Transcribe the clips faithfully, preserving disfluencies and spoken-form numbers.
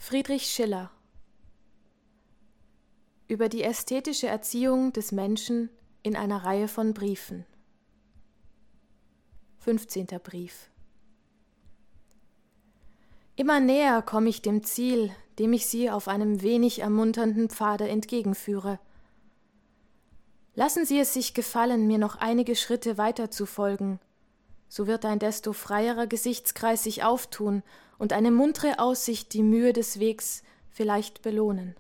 Friedrich Schiller über die ästhetische Erziehung des Menschen in einer Reihe von Briefen. fünfzehnter Brief. Immer näher komme ich dem Ziel, dem ich Sie auf einem wenig ermunternden Pfade entgegenführe. Lassen Sie es sich gefallen, mir noch einige Schritte weiter zu folgen, so wird ein desto freierer Gesichtskreis sich auftun und eine muntere Aussicht die Mühe des Wegs vielleicht belohnen.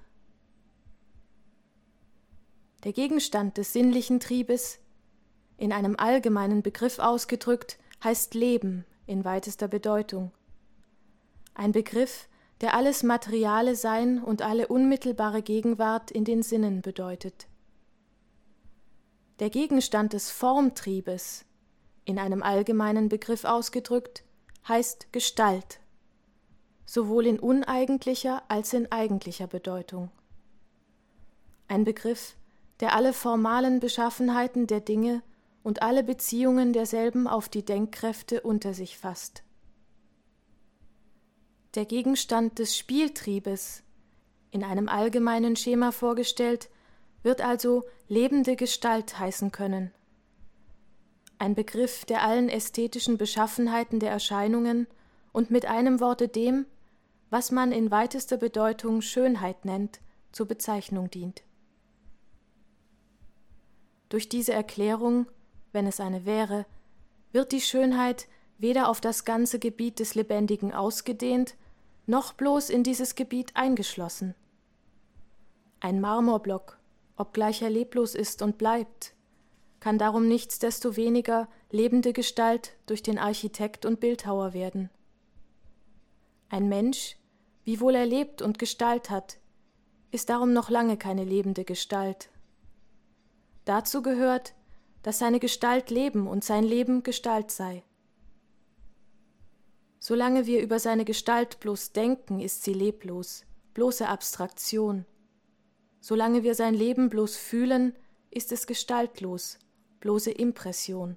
Der Gegenstand des sinnlichen Triebes, in einem allgemeinen Begriff ausgedrückt, heißt Leben in weitester Bedeutung. Ein Begriff, der alles materiale Sein und alle unmittelbare Gegenwart in den Sinnen bedeutet. Der Gegenstand des Formtriebes, in einem allgemeinen Begriff ausgedrückt, heißt Gestalt, sowohl in uneigentlicher als in eigentlicher Bedeutung. Ein Begriff, der alle formalen Beschaffenheiten der Dinge und alle Beziehungen derselben auf die Denkkräfte unter sich fasst. Der Gegenstand des Spieltriebes, in einem allgemeinen Schema vorgestellt, wird also lebende Gestalt heißen können. Ein Begriff, der allen ästhetischen Beschaffenheiten der Erscheinungen und mit einem Worte dem, was man in weitester Bedeutung Schönheit nennt, zur Bezeichnung dient. Durch diese Erklärung, wenn es eine wäre, wird die Schönheit weder auf das ganze Gebiet des Lebendigen ausgedehnt, noch bloß in dieses Gebiet eingeschlossen. Ein Marmorblock, obgleich er leblos ist und bleibt, kann darum nichtsdestoweniger lebende Gestalt durch den Architekt und Bildhauer werden. Ein Mensch, wiewohl er lebt und Gestalt hat, ist darum noch lange keine lebende Gestalt. Dazu gehört, dass seine Gestalt Leben und sein Leben Gestalt sei. Solange wir über seine Gestalt bloß denken, ist sie leblos, bloße Abstraktion. Solange wir sein Leben bloß fühlen, ist es gestaltlos, bloße Impression.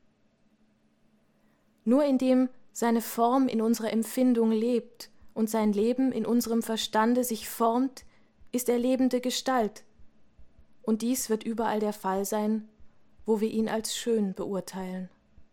Nur indem seine Form in unserer Empfindung lebt und sein Leben in unserem Verstande sich formt, ist er lebende Gestalt. Und dies wird überall der Fall sein, wo wir ihn als schön beurteilen.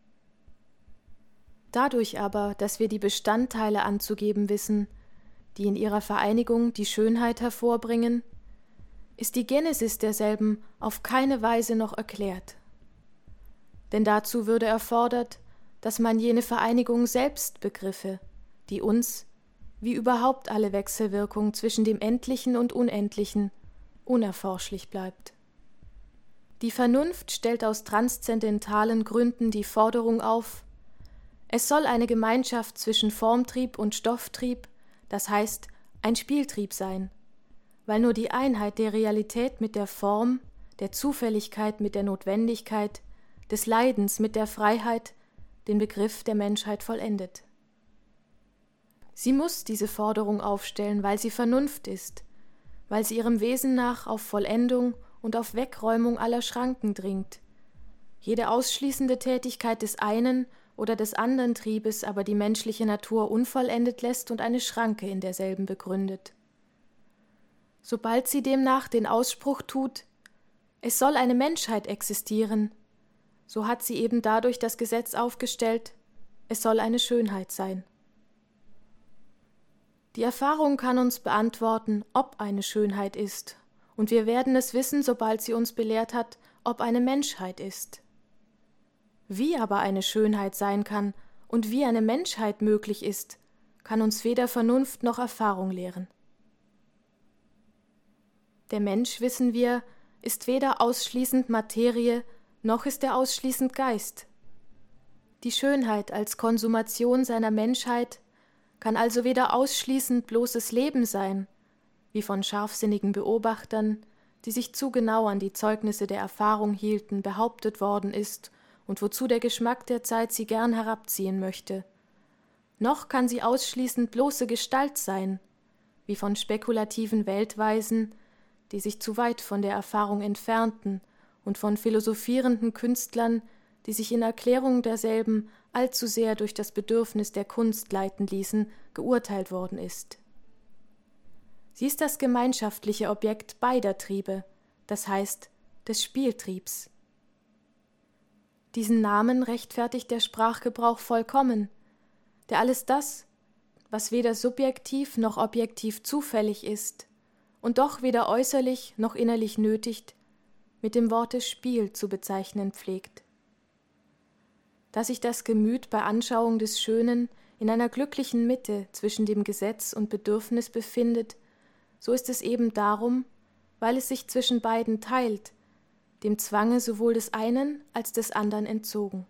Dadurch aber, dass wir die Bestandteile anzugeben wissen, die in ihrer Vereinigung die Schönheit hervorbringen, ist die Genesis derselben auf keine Weise noch erklärt. Denn dazu würde erfordert, dass man jene Vereinigung selbst begriffe, die uns, wie überhaupt alle Wechselwirkung zwischen dem Endlichen und Unendlichen, unerforschlich bleibt. Die Vernunft stellt aus transzendentalen Gründen die Forderung auf, es soll eine Gemeinschaft zwischen Formtrieb und Stofftrieb, das heißt ein Spieltrieb sein, weil nur die Einheit der Realität mit der Form, der Zufälligkeit mit der Notwendigkeit, des Leidens mit der Freiheit den Begriff der Menschheit vollendet. Sie muss diese Forderung aufstellen, weil sie Vernunft ist, weil sie ihrem Wesen nach auf Vollendung und auf Wegräumung aller Schranken dringt, jede ausschließende Tätigkeit des einen oder des anderen Triebes aber die menschliche Natur unvollendet lässt und eine Schranke in derselben begründet. Sobald sie demnach den Ausspruch tut, es soll eine Menschheit existieren, so hat sie eben dadurch das Gesetz aufgestellt, es soll eine Schönheit sein. Die Erfahrung kann uns beantworten, ob eine Schönheit ist, und wir werden es wissen, sobald sie uns belehrt hat, ob eine Menschheit ist. Wie aber eine Schönheit sein kann und wie eine Menschheit möglich ist, kann uns weder Vernunft noch Erfahrung lehren. Der Mensch, wissen wir, ist weder ausschließend Materie, noch ist er ausschließend Geist. Die Schönheit als Konsumation seiner Menschheit kann also weder ausschließend bloßes Leben sein, wie von scharfsinnigen Beobachtern, die sich zu genau an die Zeugnisse der Erfahrung hielten, behauptet worden ist und wozu der Geschmack der Zeit sie gern herabziehen möchte. Noch kann sie ausschließend bloße Gestalt sein, wie von spekulativen Weltweisen, die sich zu weit von der Erfahrung entfernten, und von philosophierenden Künstlern, die sich in Erklärung derselben allzu sehr durch das Bedürfnis der Kunst leiten ließen, geurteilt worden ist. Sie ist das gemeinschaftliche Objekt beider Triebe, das heißt des Spieltriebs. Diesen Namen rechtfertigt der Sprachgebrauch vollkommen, der alles das, was weder subjektiv noch objektiv zufällig ist und doch weder äußerlich noch innerlich nötigt, mit dem Worte Spiel zu bezeichnen pflegt. Da sich das Gemüt bei Anschauung des Schönen in einer glücklichen Mitte zwischen dem Gesetz und Bedürfnis befindet, so ist es eben darum, weil es sich zwischen beiden teilt, dem Zwange sowohl des einen als des anderen entzogen.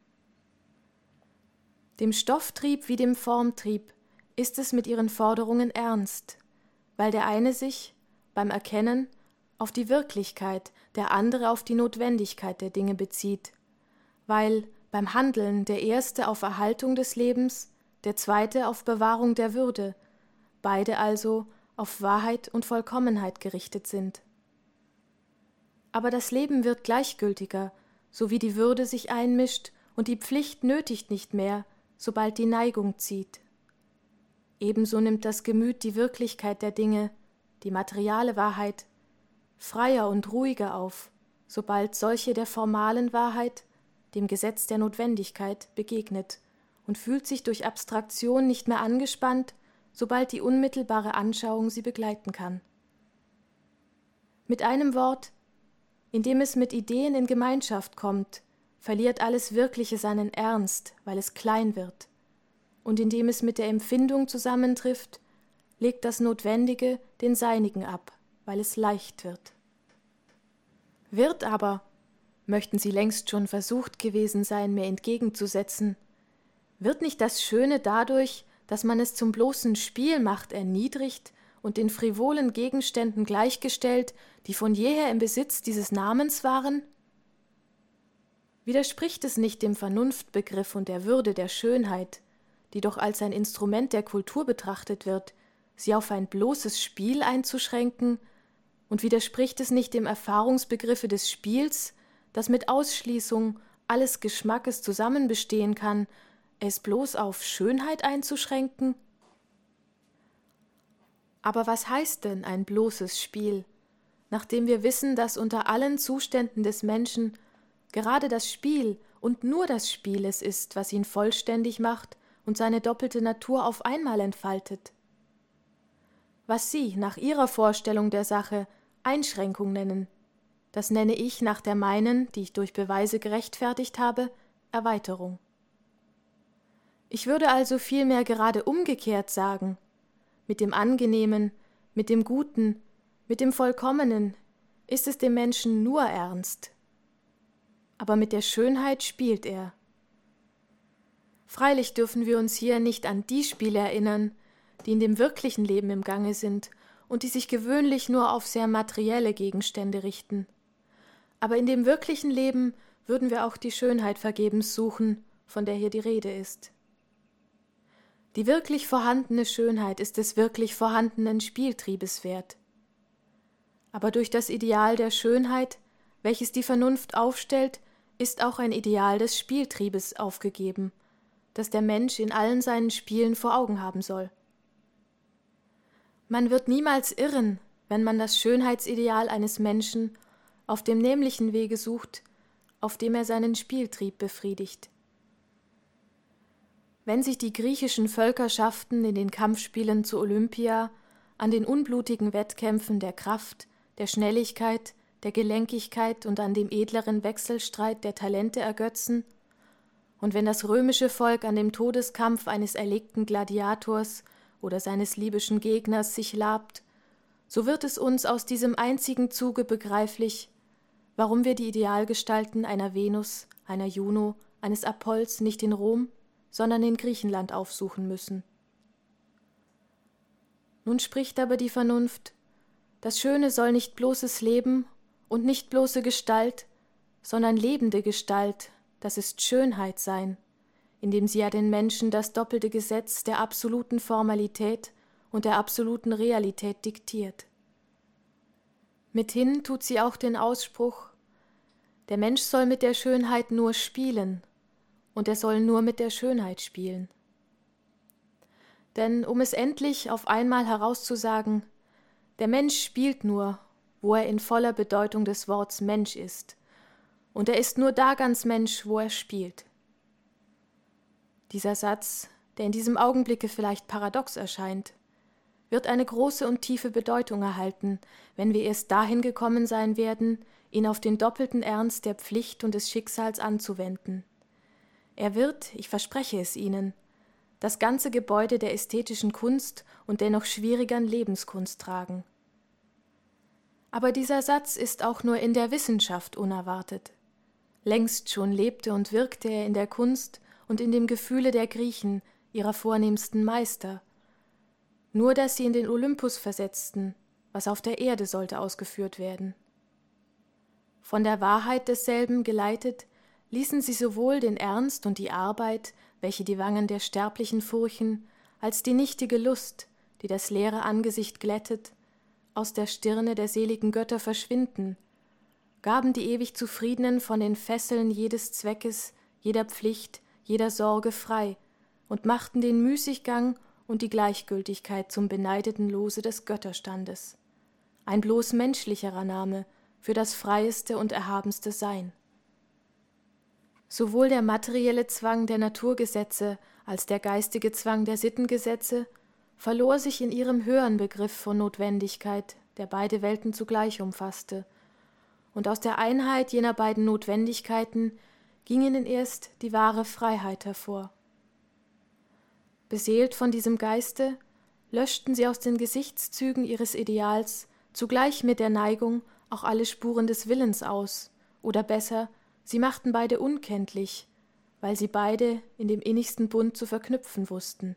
Dem Stofftrieb wie dem Formtrieb ist es mit ihren Forderungen ernst, weil der eine sich beim Erkennen auf die Wirklichkeit, der andere auf die Notwendigkeit der Dinge bezieht, weil beim Handeln der erste auf Erhaltung des Lebens, der zweite auf Bewahrung der Würde, beide also auf Wahrheit und Vollkommenheit gerichtet sind. Aber das Leben wird gleichgültiger, so wie die Würde sich einmischt und die Pflicht nötigt nicht mehr, sobald die Neigung zieht. Ebenso nimmt das Gemüt die Wirklichkeit der Dinge, die materiale Wahrheit, freier und ruhiger auf, sobald solche der formalen Wahrheit, dem Gesetz der Notwendigkeit, begegnet und fühlt sich durch Abstraktion nicht mehr angespannt, sobald die unmittelbare Anschauung sie begleiten kann. Mit einem Wort, indem es mit Ideen in Gemeinschaft kommt, verliert alles Wirkliche seinen Ernst, weil es klein wird, und indem es mit der Empfindung zusammentrifft, legt das Notwendige den Seinigen ab, weil es leicht wird. Wird aber, möchten Sie längst schon versucht gewesen sein, mir entgegenzusetzen, wird nicht das Schöne dadurch, dass man es zum bloßen Spiel macht, erniedrigt und den frivolen Gegenständen gleichgestellt, die von jeher im Besitz dieses Namens waren? Widerspricht es nicht dem Vernunftbegriff und der Würde der Schönheit, die doch als ein Instrument der Kultur betrachtet wird, sie auf ein bloßes Spiel einzuschränken, und widerspricht es nicht dem Erfahrungsbegriffe des Spiels, das mit Ausschließung alles Geschmackes zusammenbestehen kann, es bloß auf Schönheit einzuschränken? Aber was heißt denn ein bloßes Spiel, nachdem wir wissen, dass unter allen Zuständen des Menschen gerade das Spiel und nur das Spiel es ist, was ihn vollständig macht und seine doppelte Natur auf einmal entfaltet? Was Sie nach Ihrer Vorstellung der Sache Einschränkung nennen, das nenne ich nach der meinen, die ich durch Beweise gerechtfertigt habe, Erweiterung. Ich würde also vielmehr gerade umgekehrt sagen, mit dem Angenehmen, mit dem Guten, mit dem Vollkommenen ist es dem Menschen nur ernst. Aber mit der Schönheit spielt er. Freilich dürfen wir uns hier nicht an die Spiele erinnern, die in dem wirklichen Leben im Gange sind und die sich gewöhnlich nur auf sehr materielle Gegenstände richten. Aber in dem wirklichen Leben würden wir auch die Schönheit vergebens suchen, von der hier die Rede ist. Die wirklich vorhandene Schönheit ist des wirklich vorhandenen Spieltriebes wert. Aber durch das Ideal der Schönheit, welches die Vernunft aufstellt, ist auch ein Ideal des Spieltriebes aufgegeben, das der Mensch in allen seinen Spielen vor Augen haben soll. Man wird niemals irren, wenn man das Schönheitsideal eines Menschen auf dem nämlichen Wege sucht, auf dem er seinen Spieltrieb befriedigt. Wenn sich die griechischen Völkerschaften in den Kampfspielen zu Olympia an den unblutigen Wettkämpfen der Kraft, der Schnelligkeit, der Gelenkigkeit und an dem edleren Wechselstreit der Talente ergötzen, und wenn das römische Volk an dem Todeskampf eines erlegten Gladiators oder seines libyschen Gegners sich labt, so wird es uns aus diesem einzigen Zuge begreiflich, warum wir die Idealgestalten einer Venus, einer Juno, eines Apolls nicht in Rom, sondern in Griechenland aufsuchen müssen. Nun spricht aber die Vernunft, das Schöne soll nicht bloßes Leben und nicht bloße Gestalt, sondern lebende Gestalt, das ist Schönheit sein, indem sie ja den Menschen das doppelte Gesetz der absoluten Formalität und der absoluten Realität diktiert. Mithin tut sie auch den Ausspruch, der Mensch soll mit der Schönheit nur spielen, und er soll nur mit der Schönheit spielen. Denn um es endlich auf einmal herauszusagen, Der Mensch spielt nur, wo er in voller Bedeutung des Worts Mensch ist, und er ist nur da ganz Mensch, wo er spielt. Dieser Satz, der in diesem Augenblicke vielleicht paradox erscheint, wird eine große und tiefe Bedeutung erhalten, wenn wir erst dahin gekommen sein werden, ihn auf den doppelten Ernst der Pflicht und des Schicksals anzuwenden. Er wird, ich verspreche es Ihnen, das ganze Gebäude der ästhetischen Kunst und der noch schwierigeren Lebenskunst tragen. Aber dieser Satz ist auch nur in der Wissenschaft unerwartet. Längst schon lebte und wirkte er in der Kunst und in dem Gefühle der Griechen, ihrer vornehmsten Meister. Nur, dass sie in den Olympus versetzten, was auf der Erde sollte ausgeführt werden. Von der Wahrheit desselben geleitet, ließen sie sowohl den Ernst und die Arbeit, welche die Wangen der Sterblichen furchen, als die nichtige Lust, die das leere Angesicht glättet, aus der Stirne der seligen Götter verschwinden, gaben die ewig Zufriedenen von den Fesseln jedes Zweckes, jeder Pflicht, jeder Sorge frei und machten den Müßiggang und die Gleichgültigkeit zum beneideten Lose des Götterstandes. Ein bloß menschlicherer Name für das freieste und erhabenste Sein. Sowohl der materielle Zwang der Naturgesetze als der geistige Zwang der Sittengesetze verlor sich in ihrem höheren Begriff von Notwendigkeit, der beide Welten zugleich umfasste, und aus der Einheit jener beiden Notwendigkeiten ging ihnen erst die wahre Freiheit hervor. Beseelt von diesem Geiste löschten sie aus den Gesichtszügen ihres Ideals zugleich mit der Neigung auch alle Spuren des Willens aus, oder besser, sie machten beide unkenntlich, weil sie beide in dem innigsten Bund zu verknüpfen wussten.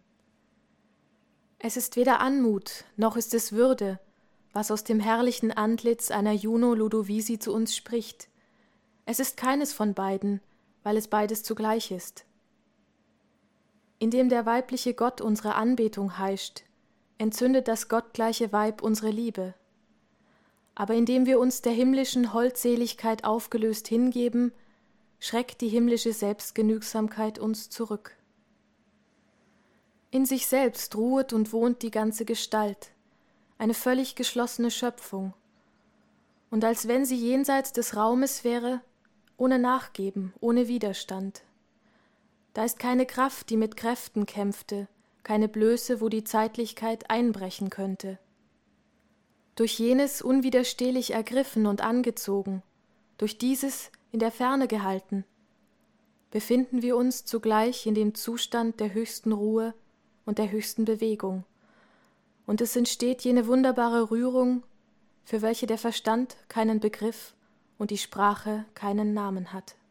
Es ist weder Anmut, noch ist es Würde, was aus dem herrlichen Antlitz einer Juno Ludovisi zu uns spricht. Es ist keines von beiden, weil es beides zugleich ist. Indem der weibliche Gott unsere Anbetung heischt, entzündet das gottgleiche Weib unsere Liebe. Aber indem wir uns der himmlischen Holdseligkeit aufgelöst hingeben, schreckt die himmlische Selbstgenügsamkeit uns zurück. In sich selbst ruhet und wohnt die ganze Gestalt, eine völlig geschlossene Schöpfung, und als wenn sie jenseits des Raumes wäre, ohne Nachgeben, ohne Widerstand. Da ist keine Kraft, die mit Kräften kämpfte, keine Blöße, wo die Zeitlichkeit einbrechen könnte. Durch jenes unwiderstehlich ergriffen und angezogen, durch dieses in der Ferne gehalten, befinden wir uns zugleich in dem Zustand der höchsten Ruhe und der höchsten Bewegung, und es entsteht jene wunderbare Rührung, für welche der Verstand keinen Begriff und die Sprache keinen Namen hat.